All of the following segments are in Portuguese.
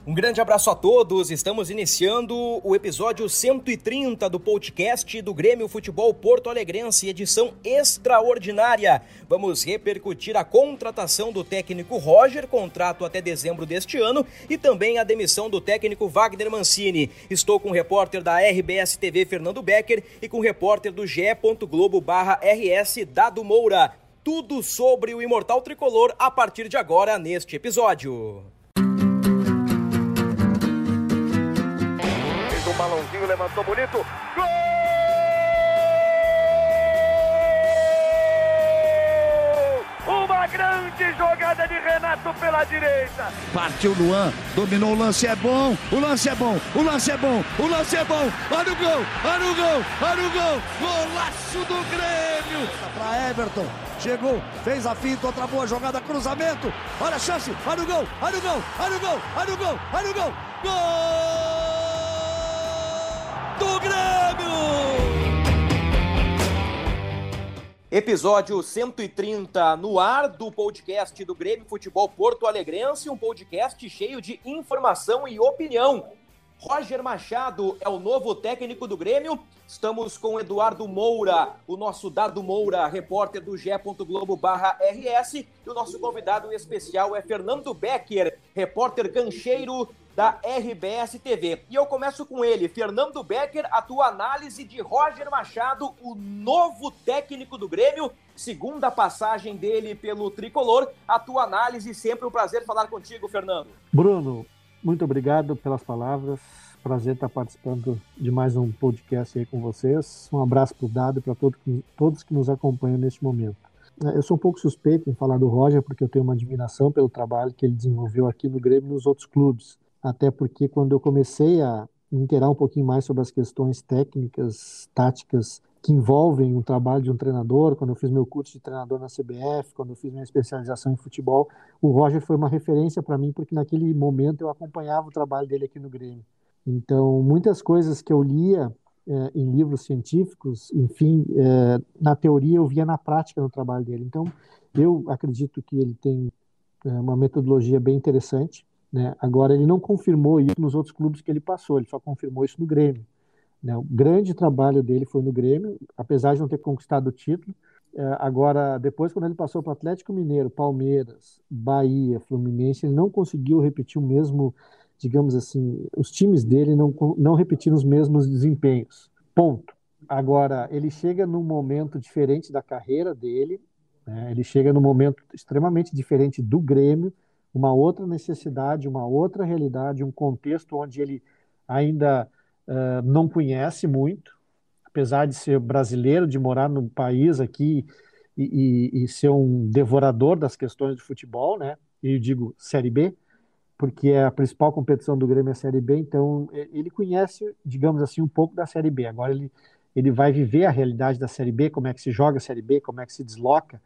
Um grande abraço a todos, estamos iniciando o episódio 130 do podcast do Grêmio Futebol Porto Alegrense, edição extraordinária. Vamos repercutir a contratação do técnico Roger, contrato até dezembro deste ano, e também a demissão do técnico Wagner Mancini. Estou com o repórter da RBS TV, Fernando Becker, e com o repórter do ge.globo/RS, Dado Moura. Tudo sobre o imortal tricolor a partir de agora neste episódio. Um balãozinho, levantou bonito. Gol! Uma grande jogada de Renato pela direita. Partiu Luan, dominou, o lance é bom, o lance é bom, o lance é bom, o lance é bom. Olha o gol, olha o gol, olha o gol. Golaço do Grêmio. Para Everton, chegou, fez a finta, outra boa jogada, cruzamento. Olha a chance, olha o gol, olha o gol, olha o gol, olha o gol, olha o gol. Gol! Do Grêmio! Episódio 130 no ar do podcast do Grêmio Futebol Porto Alegrense, um podcast cheio de informação e opinião. Roger Machado é o novo técnico do Grêmio. Estamos com Eduardo Moura, o nosso Dado Moura, repórter do ge.globo/RS, e o nosso convidado especial é Fernando Becker, repórter gancheiro da RBS TV. E eu começo com ele, Fernando Becker, a tua análise de Roger Machado, o novo técnico do Grêmio, segunda passagem dele pelo Tricolor. A tua análise, sempre um prazer falar contigo, Fernando. Bruno, muito obrigado pelas palavras. Prazer estar participando de mais um podcast aí com vocês. Um abraço para o Dado e para todos que nos acompanham neste momento. Eu sou um pouco suspeito em falar do Roger, porque eu tenho uma admiração pelo trabalho que ele desenvolveu aqui no Grêmio e nos outros clubes. Até porque quando eu comecei a me inteirar um pouquinho mais sobre as questões técnicas, táticas, que envolvem o trabalho de um treinador, quando eu fiz meu curso de treinador na CBF, quando eu fiz minha especialização em futebol, o Roger foi uma referência para mim, porque naquele momento eu acompanhava o trabalho dele aqui no Grêmio. Então, muitas coisas que eu lia em livros científicos, enfim, na teoria eu via na prática no trabalho dele. Então, eu acredito que ele tem uma metodologia bem interessante, né? Agora, ele não confirmou isso nos outros clubes que ele passou, ele só confirmou isso no Grêmio, né? O grande trabalho dele foi no Grêmio, apesar de não ter conquistado o título. Agora, depois, quando ele passou para o Atlético Mineiro, Palmeiras, Bahia, Fluminense, ele não conseguiu repetir o mesmo, digamos assim, os times dele não repetiram os mesmos desempenhos. Ponto. Agora, ele chega num momento diferente da carreira dele, né? Ele chega num momento extremamente diferente do Grêmio, uma outra necessidade, uma outra realidade, um contexto onde ele ainda não conhece muito, apesar de ser brasileiro, de morar num país aqui e ser um devorador das questões de futebol, né? E eu digo Série B, porque a principal competição do Grêmio é a Série B, então ele conhece, digamos assim, um pouco da Série B. Agora ele vai viver a realidade da Série B, como é que se joga a Série B, como é que se desloca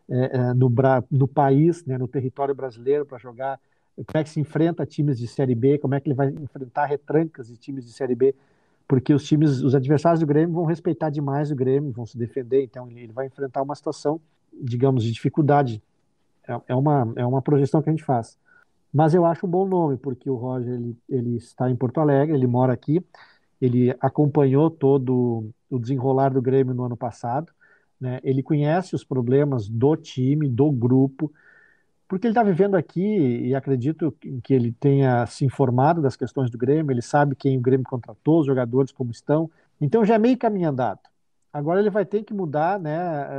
no país, né, no território brasileiro para jogar, como é que se enfrenta times de Série B, como é que ele vai enfrentar retrancas de times de Série B, porque os adversários do Grêmio vão respeitar demais o Grêmio, vão se defender, então ele vai enfrentar uma situação, digamos, de dificuldade. É uma projeção que a gente faz. Mas eu acho um bom nome, porque o Roger ele está em Porto Alegre, ele mora aqui, ele acompanhou todo o desenrolar do Grêmio no ano passado, né? Ele conhece os problemas do time, do grupo, porque ele está vivendo aqui e acredito que ele tenha se informado das questões do Grêmio, ele sabe quem o Grêmio contratou, os jogadores como estão, então já é meio caminho andado. Agora ele vai ter que mudar, né,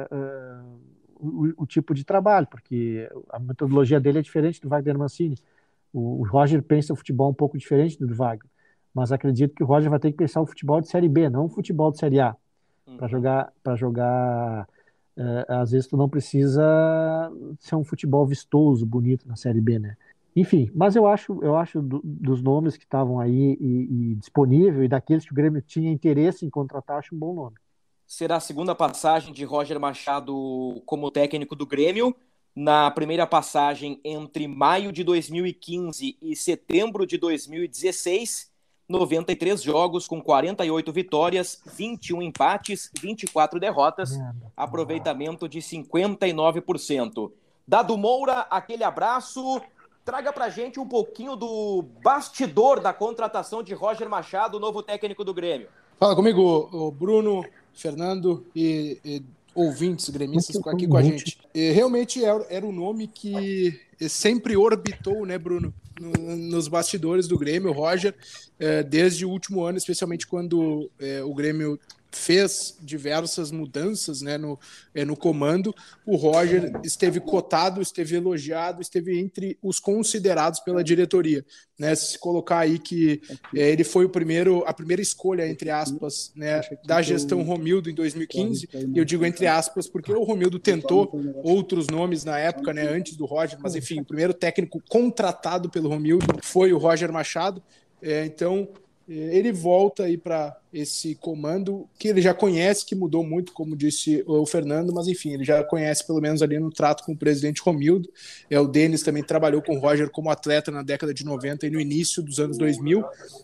o tipo de trabalho, porque a metodologia dele é diferente do Wagner Mancini. O Roger pensa o futebol um pouco diferente do Wagner, mas acredito que o Roger vai ter que pensar o futebol de Série B, não o futebol de Série A. Para jogar, às vezes tu não precisa ser um futebol vistoso, bonito na Série B, né? Enfim, mas eu acho dos nomes que estavam aí e disponível e daqueles que o Grêmio tinha interesse em contratar, acho um bom nome. Será a segunda passagem de Roger Machado como técnico do Grêmio. Na primeira passagem entre maio de 2015 e setembro de 2016, 93 jogos com 48 vitórias, 21 empates, 24 derrotas, aproveitamento de 59%. Dado Moura, aquele abraço. traga pra gente um pouquinho do bastidor da contratação de Roger Machado, novo técnico do Grêmio. Fala comigo, o Bruno, Fernando e ouvintes gremistas aqui com a gente. Realmente era um nome que sempre orbitou, né, Bruno, nos bastidores do Grêmio, o Roger, desde o último ano, especialmente quando o Grêmio fez diversas mudanças, né, no comando. O Roger esteve cotado, esteve elogiado, esteve entre os considerados pela diretoria, né? Se colocar aí que ele foi a primeira escolha, entre aspas, né, da gestão Romildo em 2015, e eu digo entre aspas porque o Romildo tentou outros nomes na época, né, antes do Roger, mas enfim, o primeiro técnico contratado pelo Romildo foi o Roger Machado. Então ele volta aí para esse comando que ele já conhece, que mudou muito, como disse o Fernando, mas enfim, ele já conhece pelo menos ali no trato com o presidente Romildo. O Denis também trabalhou com o Roger como atleta na década de 90 e no início dos anos 2000,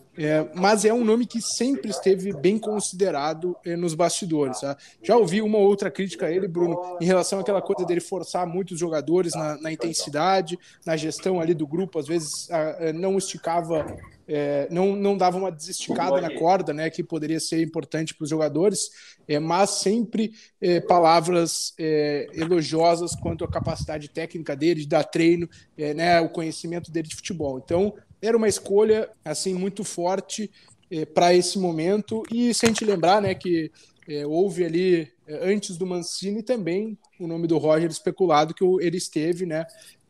mas é um nome que sempre esteve bem considerado nos bastidores. Tá? Já ouvi uma ou outra crítica a ele, Bruno, em relação àquela coisa dele forçar muitos jogadores na intensidade, na gestão ali do grupo, às vezes não esticava, não dava uma desesticada na corda, né, que poderia ser importante para os jogadores, mas sempre palavras elogiosas quanto à capacidade técnica dele, de dar treino, né, o conhecimento dele de futebol. Então, era uma escolha assim muito forte para esse momento, e sem te lembrar, né, que houve ali, antes do Mancini, também o nome do Roger especulado, que ele esteve, né,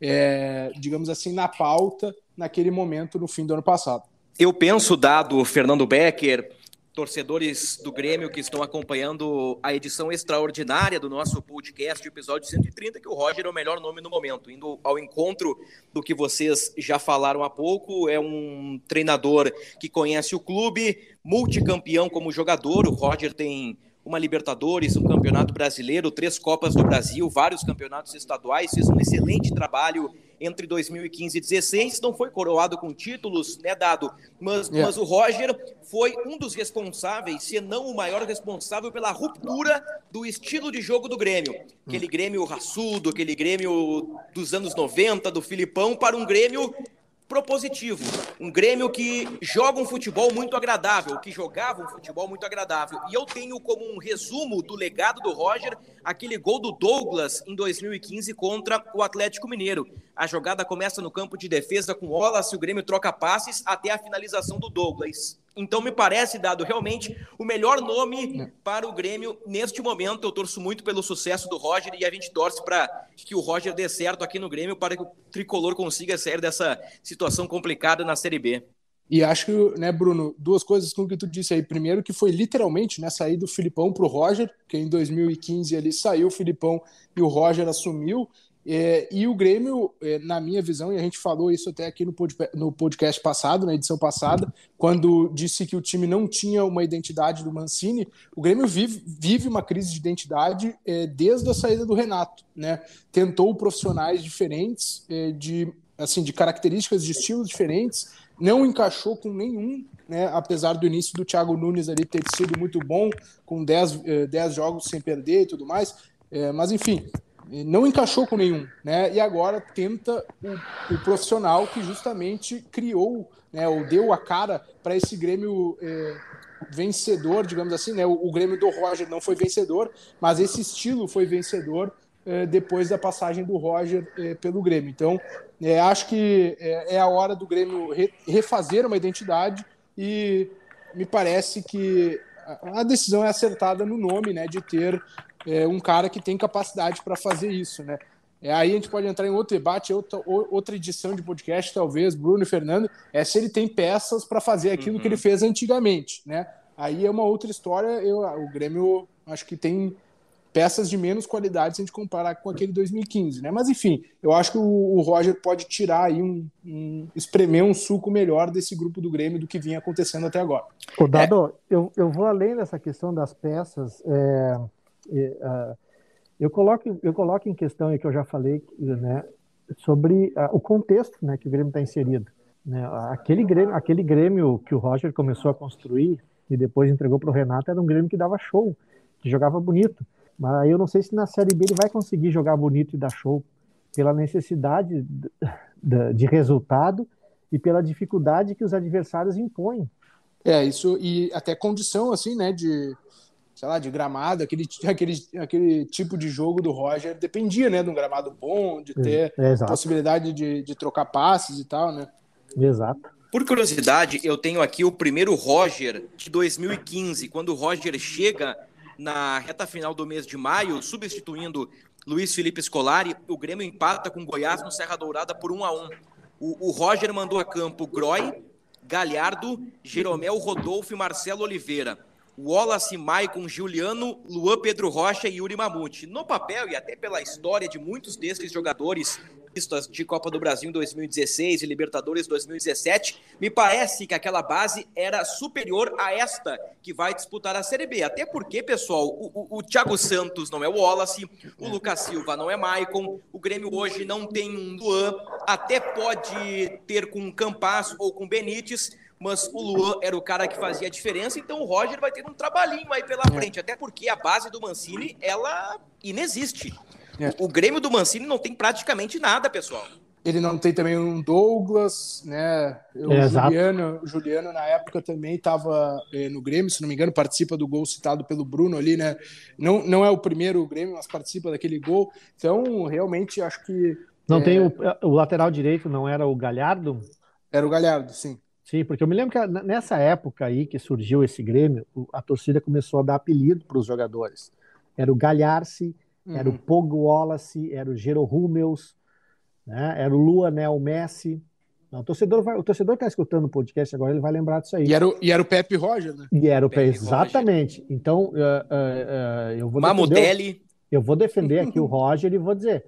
digamos assim, na pauta naquele momento no fim do ano passado. Eu penso, dado Fernando Becker, torcedores do Grêmio que estão acompanhando a edição extraordinária do nosso podcast, episódio 130, que o Roger é o melhor nome no momento. Indo ao encontro do que vocês já falaram há pouco, é um treinador que conhece o clube, multicampeão como jogador. O Roger tem uma Libertadores, um Campeonato Brasileiro, 3 Copas do Brasil, vários campeonatos estaduais, fez um excelente trabalho entre 2015 e 2016, não foi coroado com títulos, né, Dado? Mas o Roger foi um dos responsáveis, se não o maior responsável, pela ruptura do estilo de jogo do Grêmio. Aquele Grêmio raçudo, aquele Grêmio dos anos 90, do Filipão, para um Grêmio propositivo, um Grêmio que joga um futebol muito agradável, que jogava um futebol muito agradável. E eu tenho como um resumo do legado do Roger aquele gol do Douglas em 2015 contra o Atlético Mineiro. A jogada começa no campo de defesa com Wallace, o Grêmio troca passes até a finalização do Douglas. Então me parece, Dado, realmente o melhor nome para o Grêmio neste momento. Eu torço muito pelo sucesso do Roger e a gente torce para que o Roger dê certo aqui no Grêmio, para que o Tricolor consiga sair dessa situação complicada na Série B. E acho que, né, Bruno, duas coisas com o que tu disse aí. Primeiro, que foi literalmente, né, sair do Filipão para o Roger, que em 2015 ele saiu o Filipão e o Roger assumiu. E o Grêmio, na minha visão, e a gente falou isso até aqui no podcast passado, na edição passada, quando disse que o time não tinha uma identidade do Mancini, o Grêmio vive uma crise de identidade desde a saída do Renato, né? Tentou profissionais diferentes, de características, de estilos diferentes, não encaixou com nenhum, né? Apesar do início do Thiago Nunes ali ter sido muito bom, com 10 jogos sem perder e tudo mais, mas enfim, não encaixou com nenhum, né? E agora tenta o profissional que justamente criou, né, ou deu a cara para esse Grêmio vencedor, digamos assim, né? O Grêmio do Roger não foi vencedor, mas esse estilo foi vencedor depois da passagem do Roger pelo Grêmio. Então, acho que é a hora do Grêmio refazer uma identidade, e me parece que a decisão é acertada no nome, né, de ter um cara que tem capacidade para fazer isso, né? Aí a gente pode entrar em outro debate, outra edição de podcast, talvez, Bruno e Fernando, se ele tem peças para fazer aquilo que ele fez antigamente, né? Aí é uma outra história. O Grêmio acho que tem peças de menos qualidade se a gente comparar com aquele 2015, né? Mas enfim, eu acho que o Roger pode tirar aí espremer um suco melhor desse grupo do Grêmio do que vinha acontecendo até agora. Dado, eu vou além dessa questão das peças. Eu coloco em questão, e que eu já falei, né, sobre o contexto, né, que o Grêmio está inserido, né? Aquele Grêmio que o Roger começou a construir e depois entregou para o Renato era um Grêmio que dava show, que jogava bonito. Mas eu não sei se na Série B ele vai conseguir jogar bonito e dar show, pela necessidade de resultado e pela dificuldade que os adversários impõem. Isso, e até condição, assim, né, de gramado, aquele tipo de jogo do Roger dependia, né, de um gramado bom, de ter possibilidade de trocar passes e tal, né? Exato. Por curiosidade, eu tenho aqui o primeiro Roger de 2015, quando o Roger chega na reta final do mês de maio, substituindo Luiz Felipe Scolari, o Grêmio empata com o Goiás no Serra Dourada por 1-1. O Roger mandou a campo Groy, Galhardo, Jeromel, Rodolfo e Marcelo Oliveira. Wallace, Maicon, Juliano, Luan, Pedro Rocha e Yuri Mamute. No papel e até pela história de muitos desses jogadores de Copa do Brasil em 2016 e Libertadores 2017, me parece que aquela base era superior a esta que vai disputar a Série B. Até porque, pessoal, o Thiago Santos não é o Wallace, o Lucas Silva não é Maicon, o Grêmio hoje não tem um Luan, até pode ter com Campas ou com Benítez, mas o Luan era o cara que fazia a diferença, então o Roger vai ter um trabalhinho aí pela frente, até porque a base do Mancini, ela inexiste. O Grêmio do Mancini não tem praticamente nada, pessoal. Ele não tem também um Douglas, né? O Juliano, na época, também estava no Grêmio, se não me engano, participa do gol citado pelo Bruno ali, né? Não é o primeiro Grêmio, mas participa daquele gol. Então, realmente, acho que... Não tem o lateral direito, não era o Galhardo? Era o Galhardo, sim. Sim, porque eu me lembro que nessa época aí que surgiu esse Grêmio, a torcida começou a dar apelido para os jogadores. Era o Galharce, era o Pogo Wallace, era o Gero Hummels, né? Era o Luanel Messi. Não, o torcedor está escutando o podcast agora, ele vai lembrar disso aí. E era o Pepe Roger, né? E era o Pepe, exatamente. Roger. Então, eu vou defender aqui o Roger e vou dizer,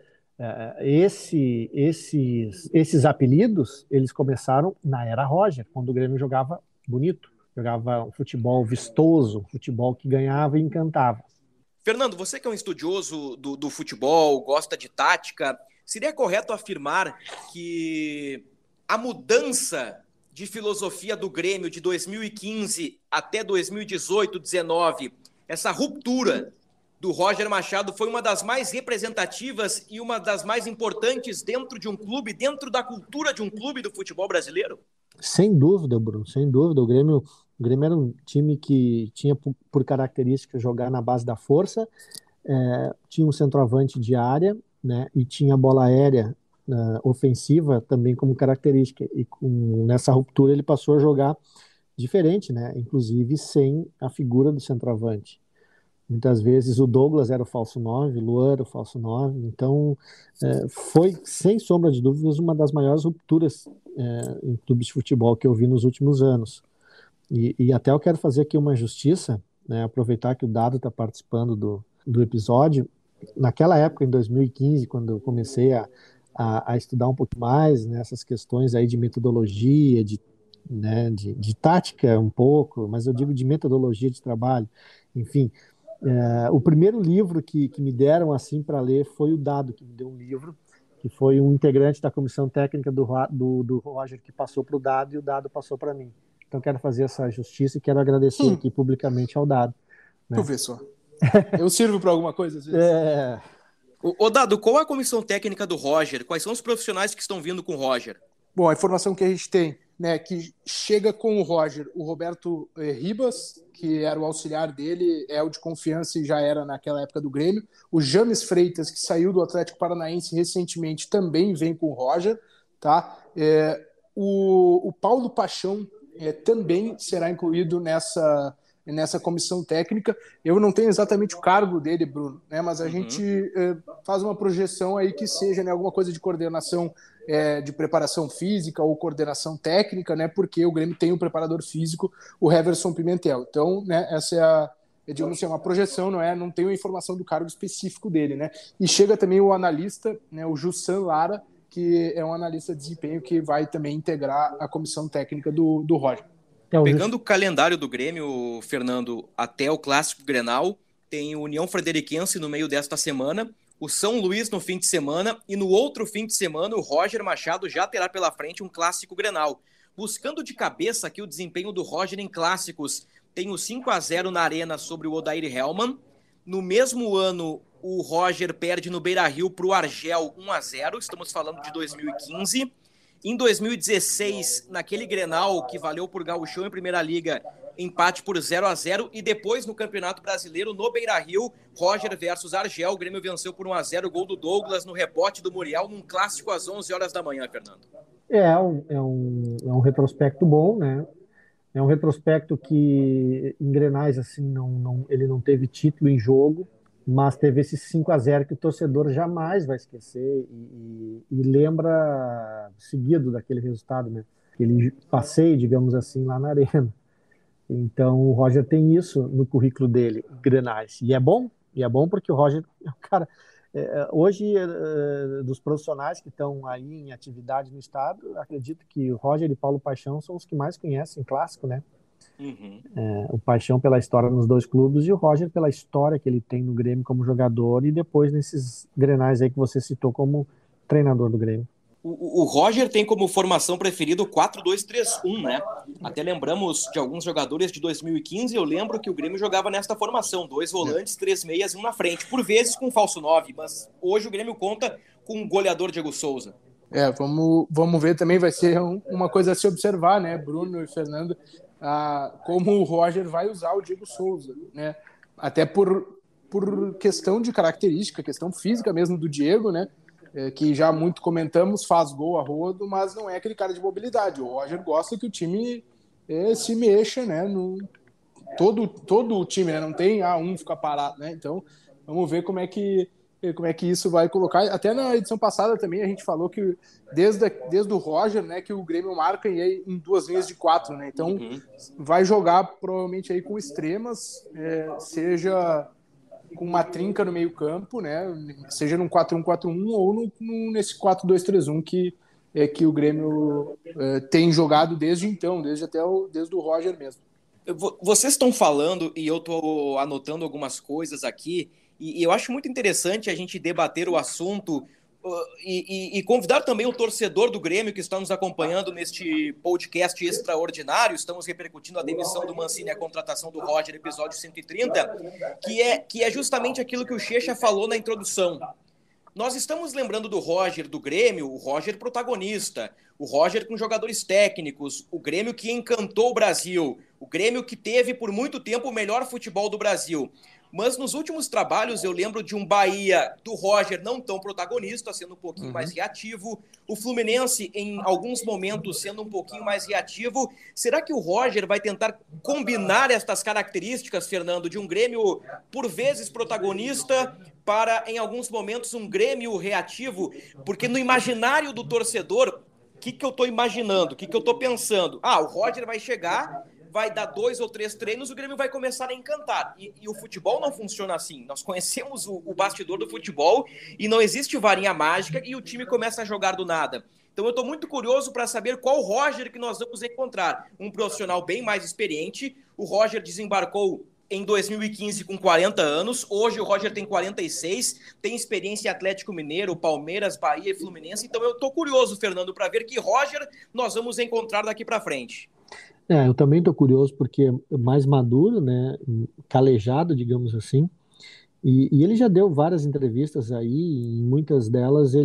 esses apelidos, eles começaram na era Roger, quando o Grêmio jogava bonito, jogava um futebol vistoso, um futebol que ganhava e encantava. Fernando, você que é um estudioso do futebol, gosta de tática, seria correto afirmar que a mudança de filosofia do Grêmio de 2015 até 2018, 2019, essa ruptura do Roger Machado foi uma das mais representativas e uma das mais importantes dentro de um clube, dentro da cultura de um clube do futebol brasileiro? Sem dúvida, Bruno, sem dúvida. O Grêmio era um time que tinha por característica jogar na base da força, tinha um centroavante de área, né, e tinha bola aérea ofensiva também como característica. E nessa ruptura ele passou a jogar diferente, né, inclusive sem a figura do centroavante. Muitas vezes o Douglas era o falso 9, o Luan era o falso 9, então foi, sem sombra de dúvidas, uma das maiores rupturas em clubes de futebol que eu vi nos últimos anos. E até eu quero fazer aqui uma justiça, né, aproveitar que o Dado está participando do episódio. Naquela época, em 2015, quando eu comecei a estudar um pouco mais nessas questões aí de metodologia, de tática um pouco, mas eu digo de metodologia de trabalho, enfim... o primeiro livro que me deram assim para ler foi o Dado, que me deu um livro, que foi um integrante da comissão técnica do Roger que passou para o Dado e o Dado passou para mim. Então quero fazer essa justiça e quero agradecer aqui publicamente ao Dado. Né? Professor, eu sirvo para alguma coisa às vezes? Ô Dado, qual é a comissão técnica do Roger? Quais são os profissionais que estão vindo com o Roger? Bom, a informação que a gente tem, né, que chega com o Roger, o Roberto Ribas, que era o auxiliar dele, é o de confiança e já era naquela época do Grêmio. O James Freitas, que saiu do Atlético Paranaense recentemente, também vem com o Roger. Tá? O Paulo Paixão também será incluído nessa comissão técnica. Eu não tenho exatamente o cargo dele, Bruno, né, mas a gente faz uma projeção aí que seja, né, alguma coisa de coordenação de preparação física ou coordenação técnica, né, porque o Grêmio tem um preparador físico, o Heverson Pimentel. Então, né, essa é, digamos assim, uma projeção, não tem uma informação do cargo específico dele, né? E chega também o analista, né, o Jussan Lara, que é um analista de desempenho que vai também integrar a comissão técnica do Roger. Pegando o calendário do Grêmio, Fernando, até o Clássico Grenal, tem o União Frederiquense no meio desta semana, o São Luís no fim de semana, e no outro fim de semana o Roger Machado já terá pela frente um Clássico Grenal. Buscando de cabeça aqui o desempenho do Roger em clássicos, tem o 5-0 na Arena sobre o Odair Hellmann. No mesmo ano, o Roger perde no Beira-Rio para o Argel 1-0, estamos falando de 2015. Em 2016, naquele Grenal que valeu por Gauchão em Primeira Liga, empate por 0-0, e depois no Campeonato Brasileiro, no Beira-Rio, Roger versus Argel, o Grêmio venceu por 1-0, gol do Douglas no rebote do Muriel, num clássico às 11 horas da manhã, Fernando. É um retrospecto bom, né? É um retrospecto que em Grenais assim ele não teve título em jogo, mas teve esse 5-0 que o torcedor jamais vai esquecer e lembra seguido daquele resultado, né? Aquele passeio, digamos assim, lá na arena. Então o Roger tem isso no currículo dele, Grenais. E é bom porque o Roger é um cara. Hoje, dos profissionais que estão aí em atividade no estado, acredito que o Roger e Paulo Paixão são os que mais conhecem clássico, né? Uhum. O Paixão pela história nos dois clubes e o Roger pela história que ele tem no Grêmio como jogador e depois nesses Grenais aí que você citou como treinador do Grêmio. O Roger tem como formação preferida o 4-2-3-1, né? Até lembramos de alguns jogadores de 2015, eu lembro que o Grêmio jogava nesta formação, 2 volantes, 3 meias e 1 na frente, por vezes com falso 9, mas hoje o Grêmio conta com o goleador Diego Souza. Vamos ver também, vai ser uma coisa a se observar, né, Bruno e Fernando, como o Roger vai usar o Diego Souza, né? Até por questão de característica, questão física mesmo do Diego, né? Que já muito comentamos, faz gol a rodo, mas não é aquele cara de mobilidade. O Roger gosta que o time se mexa, né? Todo o time, né? Não tem um fica parado, né? Então, vamos ver como é que isso vai colocar. Até na edição passada também a gente falou que desde o Roger, né, que o Grêmio marca em 2 linhas de 4, né? Então, vai jogar provavelmente aí com extremas, seja com uma trinca no meio campo, né? Seja num 4-1-4-1 ou nesse 4-2-3-1 que o Grêmio tem jogado desde então, desde o Roger mesmo. Vocês estão falando e eu estou anotando algumas coisas aqui e eu acho muito interessante a gente debater o assunto e convidar também o torcedor do Grêmio que está nos acompanhando neste podcast extraordinário. Estamos repercutindo a demissão do Mancini e a contratação do Roger, episódio 130, que é justamente aquilo que o Checha falou na introdução. Nós estamos lembrando do Roger do Grêmio, o Roger protagonista, o Roger com jogadores técnicos, o Grêmio que encantou o Brasil, o Grêmio que teve por muito tempo o melhor futebol do Brasil. Mas nos últimos trabalhos eu lembro de um Bahia do Roger não tão protagonista, sendo um pouquinho mais reativo. O Fluminense, em alguns momentos, sendo um pouquinho mais reativo. Será que o Roger vai tentar combinar estas características, Fernando, de um Grêmio, por vezes, protagonista, para, em alguns momentos, um Grêmio reativo? Porque no imaginário do torcedor, o que eu estou imaginando? O que eu estou pensando? O Roger vai chegar, vai dar 2 ou 3 treinos, o Grêmio vai começar a encantar. E o futebol não funciona assim. Nós conhecemos o bastidor do futebol e não existe varinha mágica e o time começa a jogar do nada. Então eu estou muito curioso para saber qual Roger que nós vamos encontrar. Um profissional bem mais experiente. O Roger desembarcou em 2015 com 40 anos. Hoje o Roger tem 46, tem experiência em Atlético Mineiro, Palmeiras, Bahia e Fluminense. Então eu estou curioso, Fernando, para ver que Roger nós vamos encontrar daqui para frente. Eu também estou curioso porque é mais maduro, né, calejado, digamos assim, e ele já deu várias entrevistas aí, e em muitas delas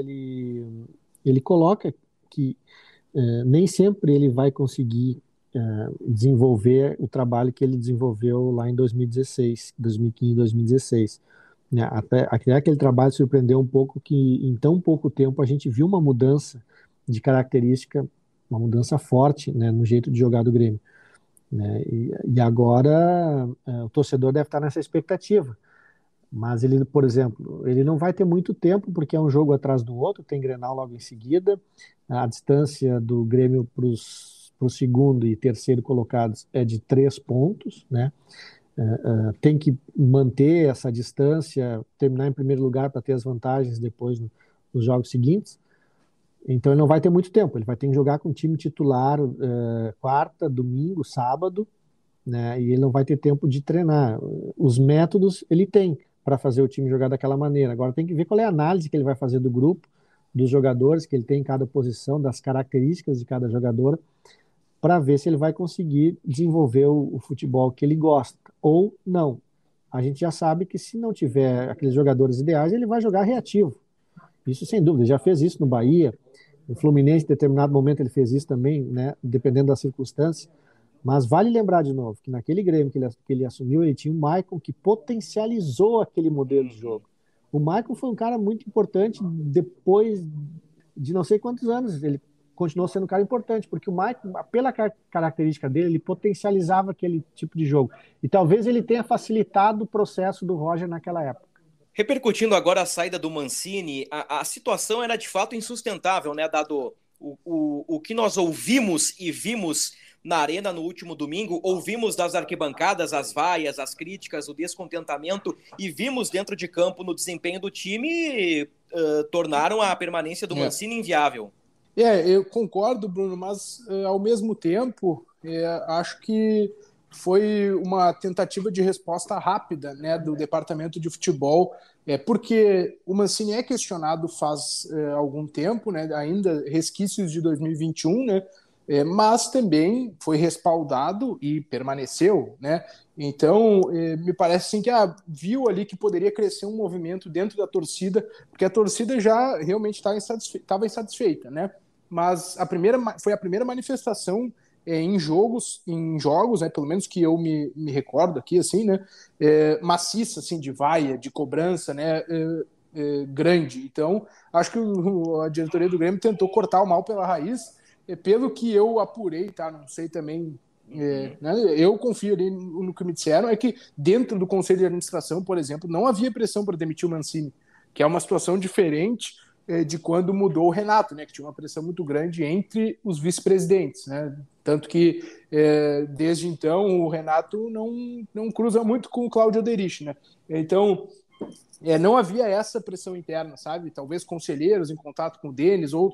ele coloca que nem sempre ele vai conseguir desenvolver o trabalho que ele desenvolveu lá em 2016, 2015, 2016. Né? Até aquele trabalho surpreendeu um pouco que em tão pouco tempo a gente viu uma mudança de característica, uma mudança forte, né, no jeito de jogar do Grêmio. Né? E agora o torcedor deve estar nessa expectativa. Mas ele, por exemplo, ele não vai ter muito tempo porque é um jogo atrás do outro, tem Grenal logo em seguida, a distância do Grêmio para o segundo e terceiro colocados é de 3 pontos, né? Tem que manter essa distância, terminar em primeiro lugar para ter as vantagens depois nos jogos seguintes. Então ele não vai ter muito tempo, ele vai ter que jogar com o time titular quarta, domingo, sábado, né? E ele não vai ter tempo de treinar. Os métodos ele tem para fazer o time jogar daquela maneira. Agora tem que ver qual é a análise que ele vai fazer do grupo, dos jogadores que ele tem em cada posição, das características de cada jogador, para ver se ele vai conseguir desenvolver o futebol que ele gosta ou não. a gente já sabe que se não tiver aqueles jogadores ideais, ele vai jogar reativo. Isso sem dúvida, ele já fez isso no Bahia, no Fluminense, em determinado momento ele fez isso também, né, dependendo da circunstância. Mas vale lembrar de novo que naquele Grêmio que ele assumiu, ele tinha o Maicon que potencializou aquele modelo de jogo. O Maicon foi um cara muito importante depois de não sei quantos anos, ele continuou sendo um cara importante, porque o Maicon, pela característica dele, ele potencializava aquele tipo de jogo. E talvez ele tenha facilitado o processo do Roger naquela época. Repercutindo agora a saída do Mancini, a situação era de fato insustentável, né? Dado o que nós ouvimos e vimos na arena no último domingo, ouvimos das arquibancadas as vaias, as críticas, o descontentamento, e vimos dentro de campo no desempenho do time, tornaram a permanência do Mancini inviável. Eu concordo, Bruno, mas ao mesmo tempo, acho que foi uma tentativa de resposta rápida, né, do departamento de futebol, porque o Mancini é questionado faz algum tempo, né, ainda resquícios de 2021, né, mas também foi respaldado e permaneceu, né? Então, me parece assim que viu ali que poderia crescer um movimento dentro da torcida, porque a torcida já realmente estava insatisfeita, né? Mas foi a primeira manifestação em jogos, né, pelo menos que eu me recordo aqui, assim, né, maciça, assim, de vaia, de cobrança, né, grande. Então, acho que a diretoria do Grêmio tentou cortar o mal pela raiz, pelo que eu apurei, tá, não sei também, né, eu confio ali no que me disseram, é que dentro do Conselho de Administração, por exemplo, não havia pressão para demitir o Mancini, que é uma situação diferente de quando mudou o Renato, né, que tinha uma pressão muito grande entre os vice-presidentes, né, tanto que desde então o Renato não cruza muito com o Cláudio Oderich, né, então não havia essa pressão interna, sabe, talvez conselheiros em contato com o Denis, ou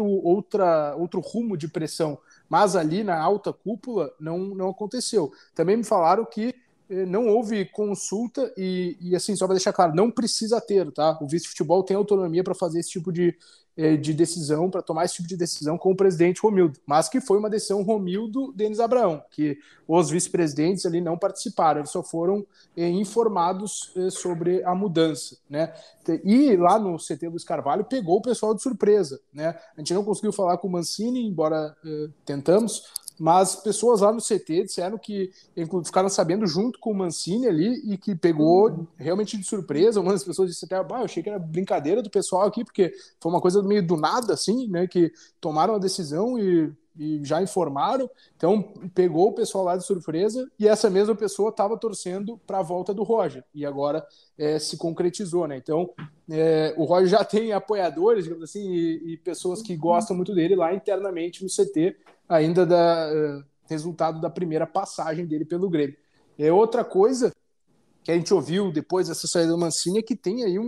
outro rumo de pressão, mas ali na alta cúpula não aconteceu. Também me falaram que não houve consulta e assim, só para deixar claro, não precisa ter, tá? O vice-futebol tem autonomia para fazer esse tipo de decisão, para tomar esse tipo de decisão com o presidente Romildo, mas que foi uma decisão Romildo-Denis Abraão, que os vice-presidentes ali não participaram, eles só foram informados sobre a mudança, né? E lá no CT Luiz Carvalho pegou o pessoal de surpresa, né? A gente não conseguiu falar com o Mancini, embora tentamos, mas pessoas lá no CT disseram que ficaram sabendo junto com o Mancini ali e que pegou realmente de surpresa. Uma das pessoas disse até, eu achei que era brincadeira do pessoal aqui, porque foi uma coisa meio do nada, assim, né, que tomaram a decisão e já informaram. Então pegou o pessoal lá de surpresa e essa mesma pessoa estava torcendo para a volta do Roger e agora se concretizou, né? Então o Roger já tem apoiadores, digamos assim, e pessoas que gostam muito dele lá internamente no CT, ainda resultado da primeira passagem dele pelo Grêmio. Outra coisa que a gente ouviu depois dessa saída do Mancini é que tem aí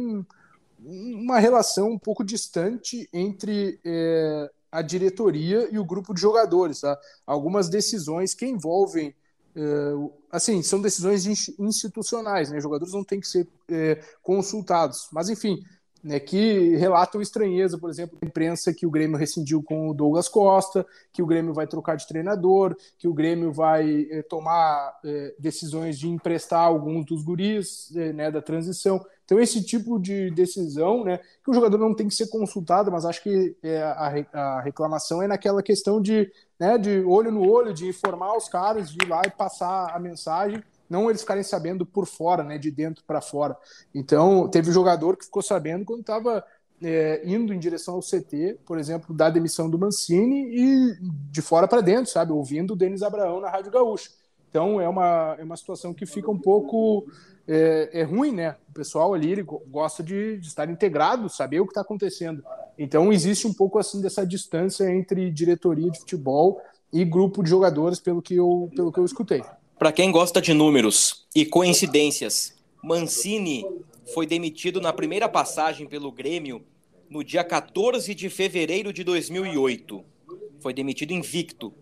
uma relação um pouco distante entre a diretoria e o grupo de jogadores, tá? Algumas decisões que envolvem assim, são decisões institucionais, né? Os jogadores não têm que ser consultados, mas enfim, né, que relatam estranheza, por exemplo, na imprensa, que o Grêmio rescindiu com o Douglas Costa, que o Grêmio vai trocar de treinador, que o Grêmio vai tomar decisões de emprestar alguns dos guris, né, da transição. Então, esse tipo de decisão, né, que o jogador não tem que ser consultado, mas acho que a reclamação é naquela questão de olho no olho, de informar os caras, de ir lá e passar a mensagem, não eles ficarem sabendo por fora, né, de dentro para fora. Então, teve jogador que ficou sabendo quando estava indo em direção ao CT, por exemplo, da demissão do Mancini e de fora para dentro, sabe, ouvindo o Denis Abraão na Rádio Gaúcha. Então, é uma situação que fica um pouco ruim, né? O pessoal ali ele gosta de estar integrado, saber o que está acontecendo. Então, existe um pouco assim dessa distância entre diretoria de futebol e grupo de jogadores, pelo que eu escutei. Para quem gosta de números e coincidências, Mancini foi demitido na primeira passagem pelo Grêmio no dia 14 de fevereiro de 2008. Foi demitido invicto.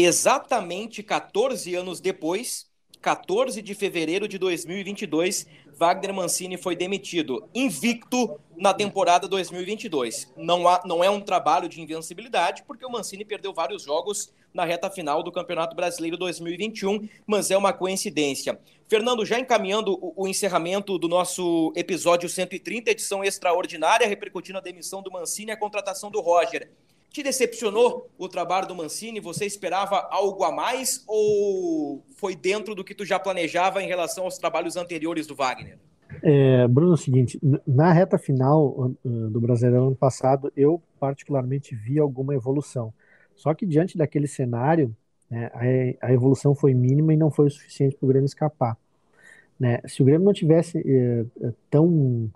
Exatamente 14 anos depois, 14 de fevereiro de 2022, Wagner Mancini foi demitido, invicto na temporada 2022. Não é um trabalho de invencibilidade, porque o Mancini perdeu vários jogos na reta final do Campeonato Brasileiro 2021, mas é uma coincidência. Fernando, já encaminhando o encerramento do nosso episódio 130, edição extraordinária, repercutindo a demissão do Mancini e a contratação do Roger. Te decepcionou o trabalho do Mancini? Você esperava algo a mais ou foi dentro do que tu já planejava em relação aos trabalhos anteriores do Wagner? Bruno, é o seguinte, na reta final do Brasileirão ano passado, eu particularmente vi alguma evolução. Só que diante daquele cenário, né, a evolução foi mínima e não foi o suficiente para o Grêmio escapar. Né? Se o Grêmio não tivesse tão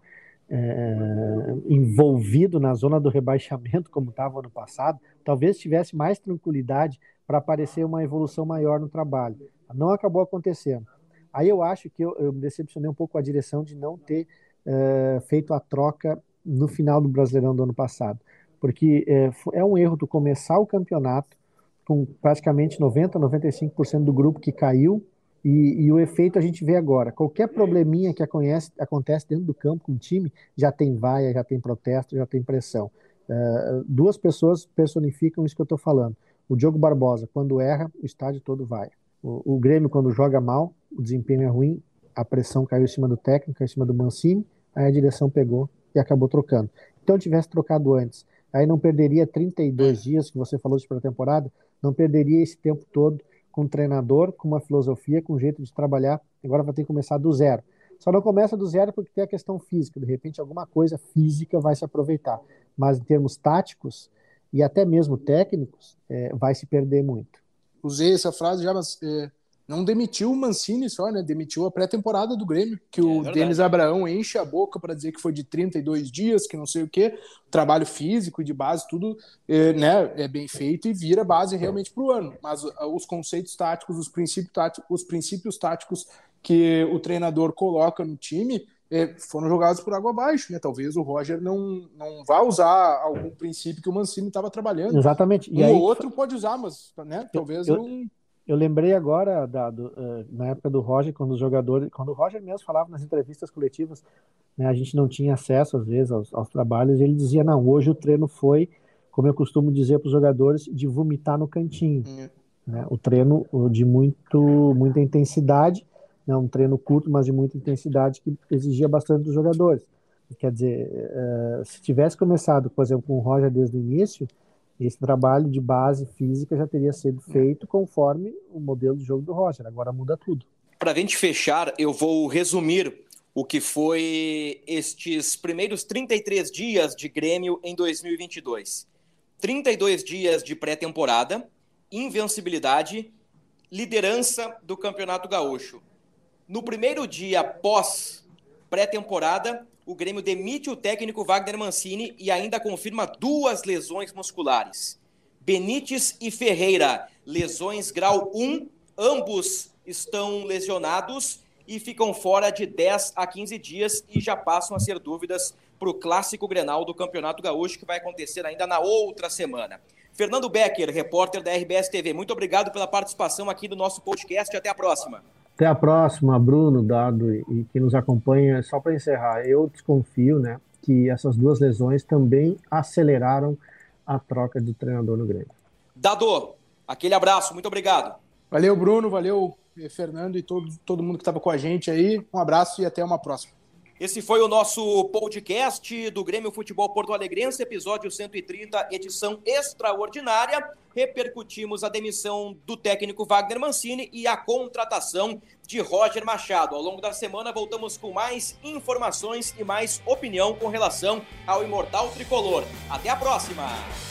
envolvido na zona do rebaixamento como estava ano passado, talvez tivesse mais tranquilidade para aparecer uma evolução maior no trabalho. Não acabou acontecendo. Aí eu acho que eu me decepcionei um pouco com a direção de não ter feito a troca no final do Brasileirão do ano passado, porque é um erro tu começar o campeonato com praticamente 90-95% do grupo que caiu. E o efeito a gente vê agora. Qualquer probleminha que acontece dentro do campo com o time, já tem vaia, já tem protesto, já tem pressão. Duas pessoas personificam isso que eu estou falando. O Diogo Barbosa, quando erra, o estádio todo vai. O Grêmio, quando joga mal, o desempenho é ruim, a pressão caiu em cima do técnico, em cima do Mancini, aí a direção pegou e acabou trocando. Então, tivesse trocado antes, aí não perderia 32 dias, que você falou de pré-temporada, não perderia esse tempo todo com um treinador, com uma filosofia, com um jeito de trabalhar. Agora vai ter que começar do zero. Só não começa do zero porque tem a questão física. De repente, alguma coisa física vai se aproveitar. Mas em termos táticos e até mesmo técnicos, vai se perder muito. Usei essa frase já, mas não demitiu o Mancini só, né? Demitiu a pré-temporada do Grêmio, que o Denis Abraão enche a boca para dizer que foi de 32 dias, que não sei o quê. Trabalho físico e de base, tudo é bem feito e vira base realmente para o ano. Mas os conceitos táticos, os princípios táticos que o treinador coloca no time foram jogados por água abaixo, né? Talvez o Roger não vá usar algum princípio que o Mancini estava trabalhando. Exatamente. E ou outro pode usar, mas talvez não... Eu lembrei agora, na época do Roger, quando o Roger mesmo falava nas entrevistas coletivas, né, a gente não tinha acesso, às vezes, aos trabalhos, e ele dizia, não, hoje o treino foi, como eu costumo dizer para os jogadores, de vomitar no cantinho. Né, o treino de muita intensidade, né, um treino curto, mas de muita intensidade, que exigia bastante dos jogadores. Quer dizer, se tivesse começado, por exemplo, com o Roger desde o início, esse trabalho de base física já teria sido feito conforme o modelo de jogo do Roger. Agora muda tudo. Para a gente fechar, eu vou resumir o que foi estes primeiros 33 dias de Grêmio em 2022. 32 dias de pré-temporada, invencibilidade, liderança do Campeonato Gaúcho. No primeiro dia pós-pré-temporada, o Grêmio demite o técnico Wagner Mancini e ainda confirma 2 lesões musculares. Benítez e Ferreira, lesões grau 1, ambos estão lesionados e ficam fora de 10 a 15 dias e já passam a ser dúvidas para o Clássico Grenal do Campeonato Gaúcho, que vai acontecer ainda na outra semana. Fernando Becker, repórter da RBS TV, muito obrigado pela participação aqui do nosso podcast. Até a próxima. Até a próxima, Bruno, Dado e quem nos acompanha. Só para encerrar, eu desconfio, né, que essas 2 lesões também aceleraram a troca de treinador no Grêmio. Dado, aquele abraço, muito obrigado. Valeu, Bruno, valeu, Fernando e todo mundo que estava com a gente aí. Um abraço e até uma próxima. Esse foi o nosso podcast do Grêmio Futebol Porto Alegrense, episódio 130, edição extraordinária. Repercutimos a demissão do técnico Wagner Mancini e a contratação de Roger Machado. Ao longo da semana voltamos com mais informações e mais opinião com relação ao imortal tricolor. Até a próxima!